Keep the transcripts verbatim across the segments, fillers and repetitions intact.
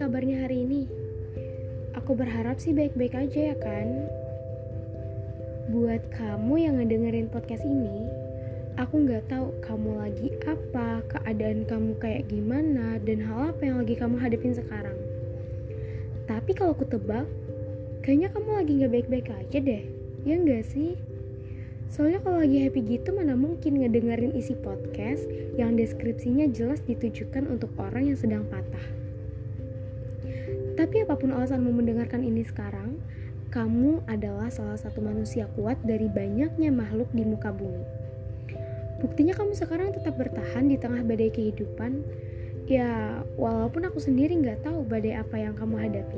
kabarnya hari ini? Aku berharap sih baik-baik aja ya kan? Buat kamu yang ngedengerin podcast ini, aku gak tahu kamu lagi apa, keadaan kamu kayak gimana, dan hal apa yang lagi kamu hadapin sekarang. Tapi kalau aku tebak, kayaknya kamu lagi gak baik-baik aja deh, ya gak sih? Soalnya kalau lagi happy gitu mana mungkin ngedengerin isi podcast yang deskripsinya jelas ditujukan untuk orang yang sedang patah. Tapi apapun alasanmu mendengarkan ini sekarang, kamu adalah salah satu manusia kuat dari banyaknya makhluk di muka bumi. Buktinya kamu sekarang tetap bertahan di tengah badai kehidupan. Ya, walaupun aku sendiri gak tahu badai apa yang kamu hadapi.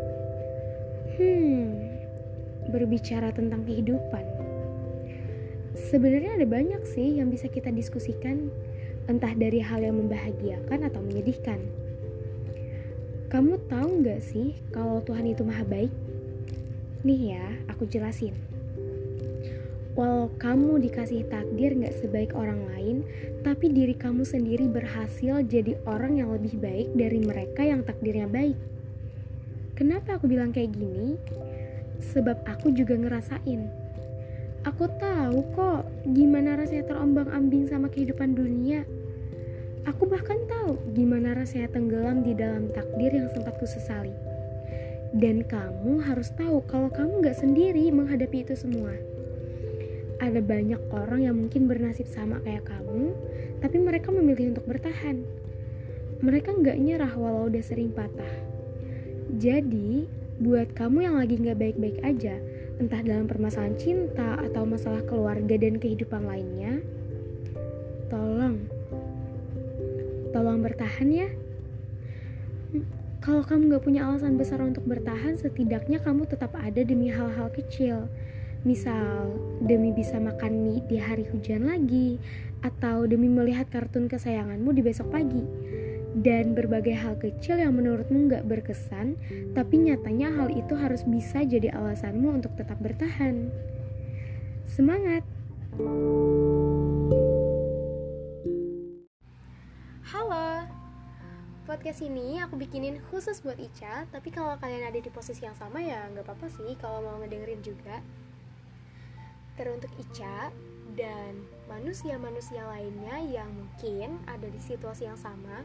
Hmm, berbicara tentang kehidupan, sebenarnya ada banyak sih yang bisa kita diskusikan, entah dari hal yang membahagiakan atau menyedihkan. Kamu tahu gak sih kalau Tuhan itu maha baik? Nih ya, aku jelasin. Walau kamu dikasih takdir gak sebaik orang lain, tapi diri kamu sendiri berhasil jadi orang yang lebih baik dari mereka yang takdirnya baik. Kenapa aku bilang kayak gini? Sebab aku juga ngerasain. Aku tahu kok gimana rasanya terombang-ambing sama kehidupan dunia. Aku bahkan tahu gimana rasanya tenggelam di dalam takdir yang sempat kusesali. Dan kamu harus tahu kalau kamu gak sendiri menghadapi itu semua. Ada banyak orang yang mungkin bernasib sama kayak kamu, tapi mereka memilih untuk bertahan. Mereka gak nyerah walau udah sering patah. Jadi, buat kamu yang lagi gak baik-baik aja, entah dalam permasalahan cinta atau masalah keluarga dan kehidupan lainnya, tolong, tolong bertahan ya. Kalau kamu gak punya alasan besar untuk bertahan, setidaknya kamu tetap ada demi hal-hal kecil. Misal, demi bisa makan mie di hari hujan lagi, atau demi melihat kartun kesayanganmu di besok pagi. Dan berbagai hal kecil yang menurutmu gak berkesan, tapi nyatanya hal itu harus bisa jadi alasanmu untuk tetap bertahan. Semangat! Halo! Podcast ini aku bikinin khusus buat Ica, tapi kalau kalian ada di posisi yang sama ya gak apa-apa sih kalau mau ngedengerin juga. Teruntuk Ica dan manusia-manusia lainnya yang mungkin ada di situasi yang sama.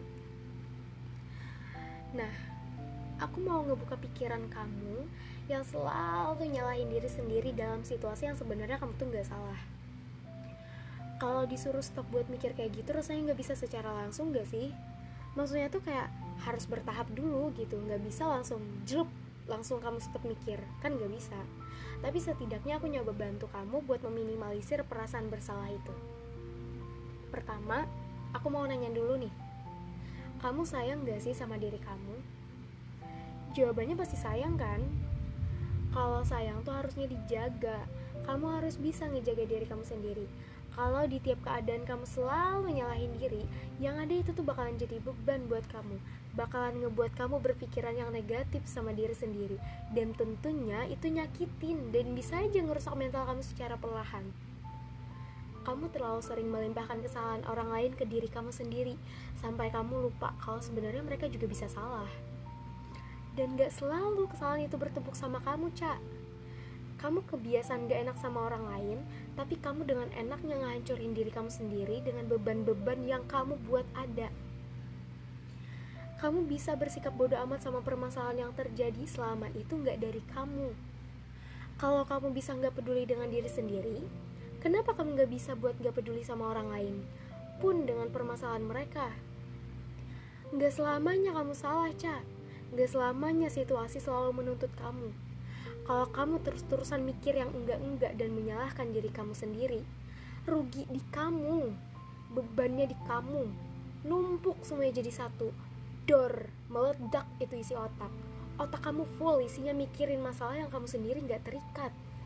Nah, aku mau ngebuka pikiran kamu yang selalu nyalahin diri sendiri dalam situasi yang sebenarnya kamu tuh gak salah. Kalau disuruh stop buat mikir kayak gitu rasanya gak bisa secara langsung gak sih? Maksudnya tuh kayak harus bertahap dulu gitu, gak bisa langsung jeluk, langsung kamu stop mikir, kan gak bisa. Tapi setidaknya aku nyoba bantu kamu buat meminimalisir perasaan bersalah itu. Pertama, aku mau nanya dulu nih, kamu sayang gak sih sama diri kamu? Jawabannya pasti sayang kan? Kalau sayang tuh harusnya dijaga. Kamu harus bisa ngejaga diri kamu sendiri. Kalau di tiap keadaan kamu selalu nyalahin diri, yang ada itu tuh bakalan jadi beban buat kamu. Bakalan ngebuat kamu berpikiran yang negatif sama diri sendiri. Dan tentunya itu nyakitin dan bisa aja ngerusak mental kamu secara perlahan. Kamu terlalu sering melimpahkan kesalahan orang lain ke diri kamu sendiri, sampai kamu lupa kalau sebenarnya mereka juga bisa salah. Dan gak selalu kesalahan itu bertepuk sama kamu, Ca. Kamu kebiasaan gak enak sama orang lain, tapi kamu dengan enaknya ngehancurin diri kamu sendiri dengan beban-beban yang kamu buat ada. Kamu bisa bersikap bodoh amat sama permasalahan yang terjadi selama itu gak dari kamu. Kalau kamu bisa gak peduli dengan diri sendiri, kenapa kamu gak bisa buat gak peduli sama orang lain, pun dengan permasalahan mereka? Gak selamanya kamu salah, Ca. Gak selamanya situasi selalu menuntut kamu. Kalau kamu terus-terusan mikir yang enggak-enggak dan menyalahkan diri kamu sendiri, rugi di kamu, bebannya di kamu, numpuk semuanya jadi satu, dor, meledak itu isi otak. Otak kamu full isinya mikirin masalah yang kamu sendiri gak terikat.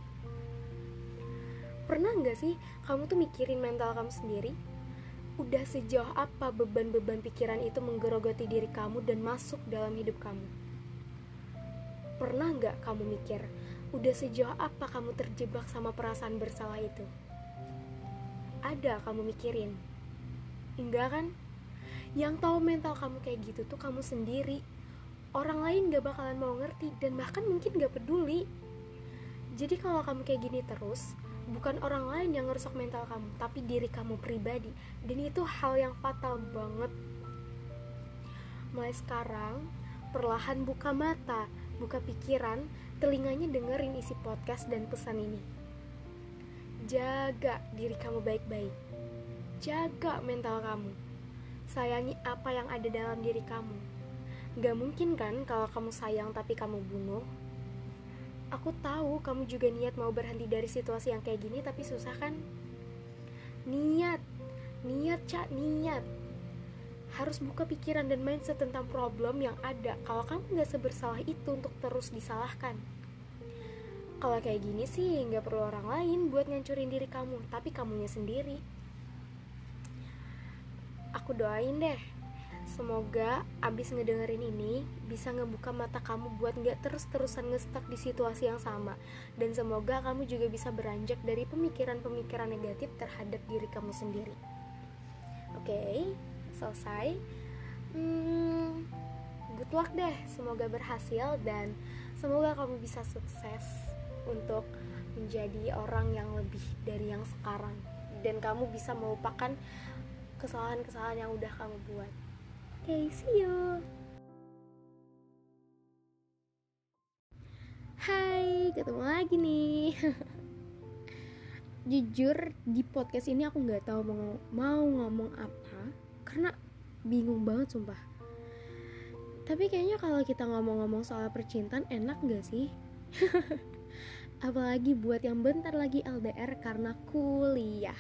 Pernah gak sih kamu tuh mikirin mental kamu sendiri? Udah sejauh apa beban-beban pikiran itu menggerogoti diri kamu dan masuk dalam hidup kamu? Pernah gak kamu mikir, udah sejauh apa kamu terjebak sama perasaan bersalah itu? Ada kamu mikirin? Enggak kan? Yang tahu mental kamu kayak gitu tuh kamu sendiri. orang lain gak bakalan mau ngerti dan bahkan mungkin gak peduli. Jadi kalau kamu kayak gini terus, bukan orang lain yang ngerusak mental kamu, tapi diri kamu pribadi. Dan itu hal yang fatal banget. Mulai sekarang, perlahan buka mata, buka pikiran, telinganya dengerin isi podcast dan pesan ini. Jaga diri kamu baik-baik. Jaga mental kamu. Sayangi apa yang ada dalam diri kamu. Gak mungkin kan kalau kamu sayang tapi kamu bunuh. Aku tahu kamu juga niat mau berhenti dari situasi yang kayak gini, tapi susah kan? Niat, niat Cak, niat. Harus buka pikiran dan mindset tentang problem yang ada. Kalau kamu gak sebersalah itu untuk terus disalahkan. Kalau kayak gini sih gak perlu orang lain buat ngancurin diri kamu, tapi kamunya sendiri. Aku doain deh, semoga abis ngedengerin ini bisa ngebuka mata kamu buat gak terus-terusan ngestak di situasi yang sama. Dan semoga kamu juga bisa beranjak dari pemikiran-pemikiran negatif terhadap diri kamu sendiri. Oke, okay, selesai. hmm, Good luck deh, semoga berhasil. Dan semoga kamu bisa sukses untuk menjadi orang yang lebih dari yang sekarang. Dan kamu bisa melupakan kesalahan-kesalahan yang udah kamu buat. Oke, okay, see you. Hai, ketemu lagi nih. Jujur di podcast ini aku nggak tahu mau mau ngomong apa karena bingung banget sumpah. Tapi kayaknya kalau kita ngomong-ngomong soal percintaan enak nggak sih? Apalagi buat yang bentar lagi L D R karena kuliah.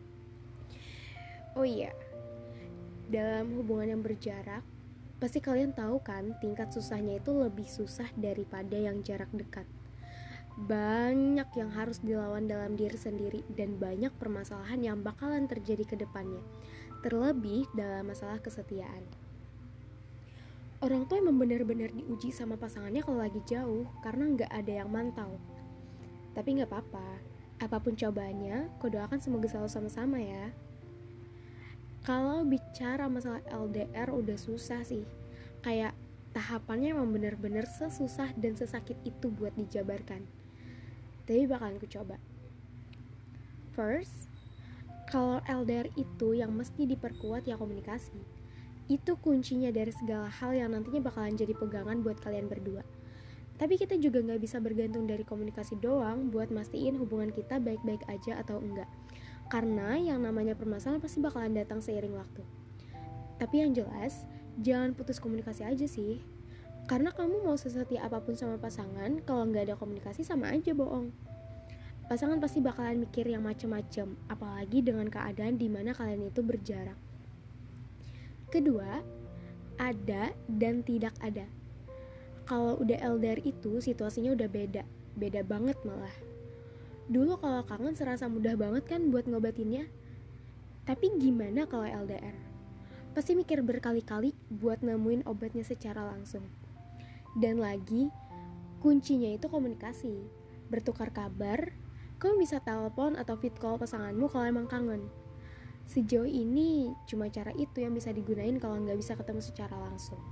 Oh iya, dalam hubungan yang berjarak, pasti kalian tahu kan tingkat susahnya itu lebih susah daripada yang jarak dekat. Banyak yang harus dilawan dalam diri sendiri dan banyak permasalahan yang bakalan terjadi ke depannya. Terlebih dalam masalah kesetiaan. Orang tuh emang benar-benar diuji sama pasangannya kalau lagi jauh karena nggak ada yang mantau. Tapi nggak apa-apa, apapun cobaannya, aku doakan semoga selalu sama-sama ya. Kalau bicara masalah L D R udah susah sih. Kayak tahapannya emang bener-bener sesusah dan sesakit itu buat dijabarkan. Tapi bakalan ku coba. First, kalau L D R itu yang mesti diperkuat ya komunikasi. Itu kuncinya dari segala hal yang nantinya bakalan jadi pegangan buat kalian berdua. Tapi kita juga gak bisa bergantung dari komunikasi doang buat mastiin hubungan kita baik-baik aja atau enggak. Karena yang namanya permasalahan pasti bakalan datang seiring waktu. Tapi yang jelas, jangan putus komunikasi aja sih. Karena kamu mau sesetia apapun sama pasangan, kalau nggak ada komunikasi sama aja bohong. Pasangan pasti bakalan mikir yang macem-macem, apalagi dengan keadaan dimana kalian itu berjarak. Kedua, ada dan tidak ada. Kalau udah L D R itu situasinya udah beda, beda banget malah. Dulu kalau kangen serasa mudah banget kan buat ngobatinnya. Tapi gimana kalau L D R? Pasti mikir berkali-kali buat nemuin obatnya secara langsung. Dan lagi, kuncinya itu komunikasi. Bertukar kabar, kamu bisa telepon atau vid call pasanganmu kalau emang kangen. Sejauh ini, cuma cara itu yang bisa digunain kalau nggak bisa ketemu secara langsung.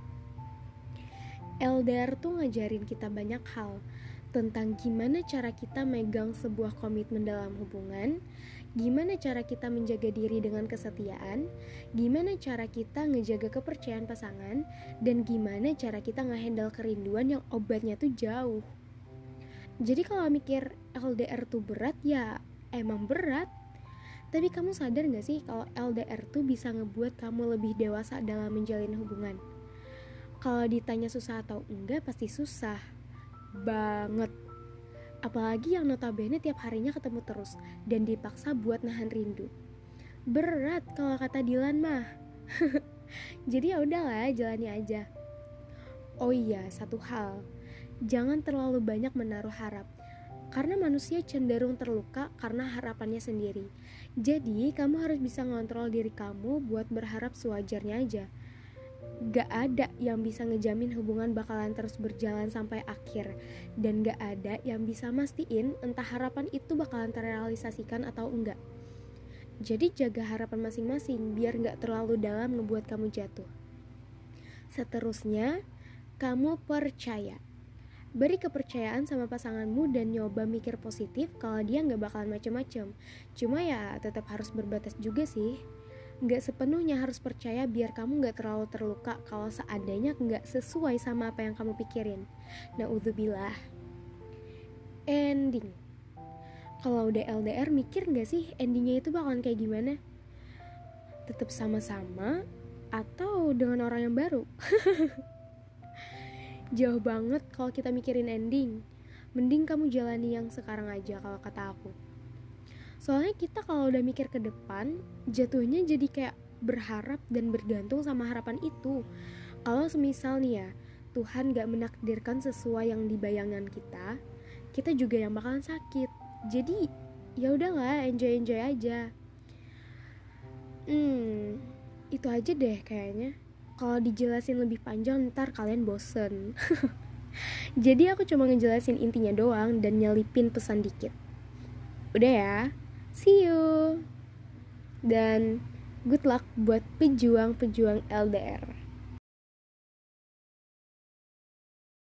L D R tuh ngajarin kita banyak hal, tentang gimana cara kita megang sebuah komitmen dalam hubungan, gimana cara kita menjaga diri dengan kesetiaan, gimana cara kita ngejaga kepercayaan pasangan, dan gimana cara kita ngehandle kerinduan yang obatnya tuh jauh. Jadi kalau mikir L D R tuh berat, ya emang berat. Tapi kamu sadar gak sih kalau L D R tuh bisa ngebuat kamu lebih dewasa dalam menjalin hubungan? Kalau ditanya susah atau enggak, pasti susah banget. Apalagi yang notabene tiap harinya ketemu terus dan dipaksa buat nahan rindu. Berat kalau kata Dilan mah. Jadi ya udahlah, jalani aja. Oh iya, satu hal. Jangan terlalu banyak menaruh harap. Karena manusia cenderung terluka karena harapannya sendiri. Jadi, kamu harus bisa ngontrol diri kamu buat berharap sewajarnya aja. Gak ada yang bisa ngejamin hubungan bakalan terus berjalan sampai akhir. Dan gak ada yang bisa mastiin entah harapan itu bakalan terrealisasikan atau enggak. Jadi jaga harapan masing-masing biar gak terlalu dalam ngebuat kamu jatuh. Seterusnya, kamu percaya. Beri kepercayaan sama pasanganmu dan nyoba mikir positif kalau dia gak bakalan macem-macem. Cuma ya tetap harus berbatas juga sih. Gak sepenuhnya harus percaya biar kamu gak terlalu terluka kalau seandainya gak sesuai sama apa yang kamu pikirin. Na'udzubillah. Ending. Kalau udah L D R mikir gak sih endingnya itu bakalan kayak gimana? Tetap sama-sama atau dengan orang yang baru? Jauh banget kalau kita mikirin ending. Mending kamu jalani yang sekarang aja kalau kata aku. Soalnya kita kalau udah mikir ke depan, jatuhnya jadi kayak berharap dan bergantung sama harapan itu. Kalau semisal nih ya, Tuhan gak menakdirkan sesuai yang dibayangkan kita, kita juga yang bakalan sakit. Jadi ya udahlah, enjoy-enjoy aja. Hmm, itu aja deh kayaknya. Kalau dijelasin lebih panjang ntar kalian bosen. Jadi aku cuma ngejelasin intinya doang dan nyelipin pesan dikit. Udah ya, see you. Dan good luck buat pejuang-pejuang L D R.